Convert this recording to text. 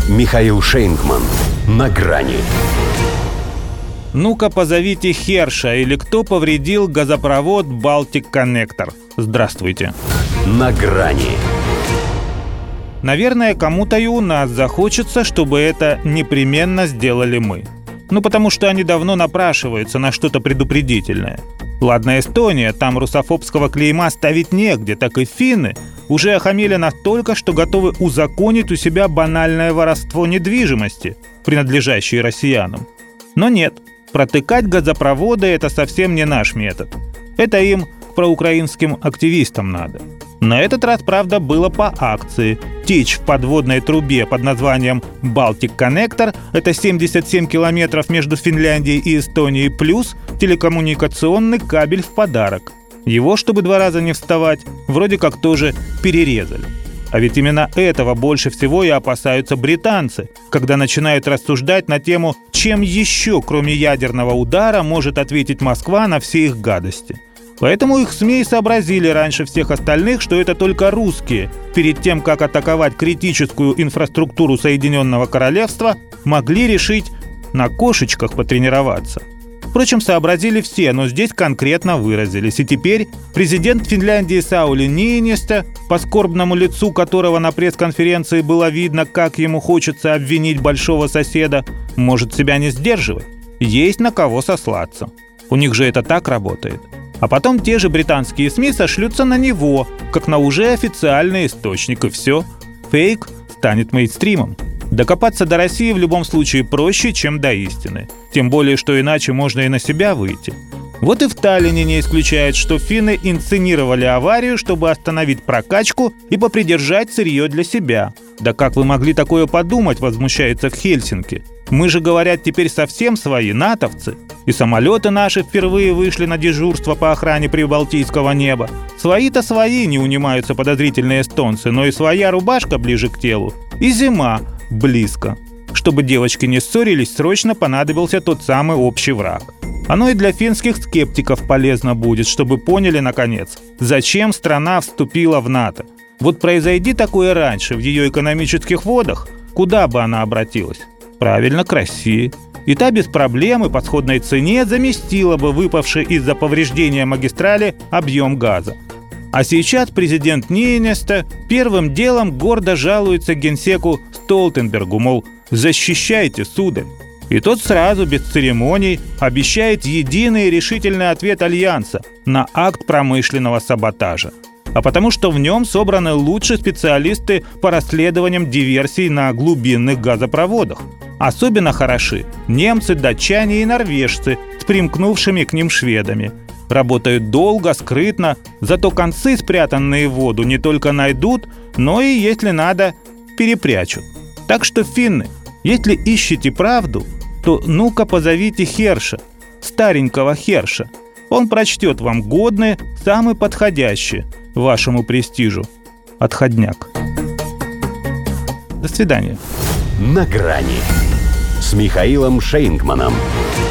Михаил Шейнгман. На грани. Ну-ка, позовите Херша или кто повредил газопровод «Балтик-Коннектор». Здравствуйте. На грани. Наверное, кому-то и у нас захочется, чтобы это непременно сделали мы. Потому что они давно напрашиваются на что-то предупредительное. Ладно, Эстония, там русофобского клейма ставить негде, так и финны уже охамели настолько, что готовы узаконить у себя банальное воровство недвижимости, принадлежащей россиянам. Но нет, протыкать газопроводы – это совсем не наш метод. Это им к проукраинским активистам надо. На этот раз, правда, было по акции. Течь в подводной трубе под названием «Балтик-Коннектор» – это 77 километров между Финляндией и Эстонией, плюс телекоммуникационный кабель в подарок. Его, чтобы 2 раза не вставать, вроде как тоже перерезали. А ведь именно этого больше всего и опасаются британцы, когда начинают рассуждать на тему, чем еще, кроме ядерного удара, может ответить Москва на все их гадости. Поэтому их СМИ сообразили раньше всех остальных, что это только русские, перед тем, как атаковать критическую инфраструктуру Соединенного Королевства, могли решить на кошечках потренироваться. Впрочем, сообразили все, но здесь конкретно выразились. И теперь президент Финляндии Саули Ниинистö, по скорбному лицу которого на пресс-конференции было видно, как ему хочется обвинить большого соседа, может себя не сдерживать. Есть на кого сослаться. У них же это так работает. А потом те же британские СМИ сошлются на него, как на уже официальный источник, и все. Фейк станет мейнстримом. Докопаться до России в любом случае проще, чем до истины. Тем более, что иначе можно и на себя выйти. Вот и в Таллине не исключает, что финны инсценировали аварию, чтобы остановить прокачку и попридержать сырье для себя. Да как вы могли такое подумать, возмущается в Хельсинки. Мы же, говорят, теперь совсем свои, натовцы. И самолеты наши впервые вышли на дежурство по охране прибалтийского неба. Свои-то свои, не унимаются подозрительные эстонцы, но и своя рубашка ближе к телу. И зима близко. Чтобы девочки не ссорились, срочно понадобился тот самый общий враг. Оно и для финских скептиков полезно будет, чтобы поняли, наконец, зачем страна вступила в НАТО. Вот произойди такое раньше в ее экономических водах, куда бы она обратилась? Правильно, к России. И та без проблем и по сходной цене заместила бы выпавший из-за повреждения магистрали объем газа. А сейчас президент Ниинистö первым делом гордо жалуется генсеку Столтенбергу, мол, защищайте, сударь. И тот сразу, без церемоний, обещает единый и решительный ответ Альянса на акт промышленного саботажа. А потому что в нем собраны лучшие специалисты по расследованиям диверсий на глубинных газопроводах. Особенно хороши немцы, датчане и норвежцы с примкнувшими к ним шведами. Работают долго, скрытно, зато концы, спрятанные в воду, не только найдут, но и, если надо, перепрячут. Так что, финны, если ищете правду, то ну-ка позовите Херша, старенького Херша. Он прочтет вам годное, самый подходящий вашему престижу отходняк. До свидания. На грани с Михаилом Шейнгманом.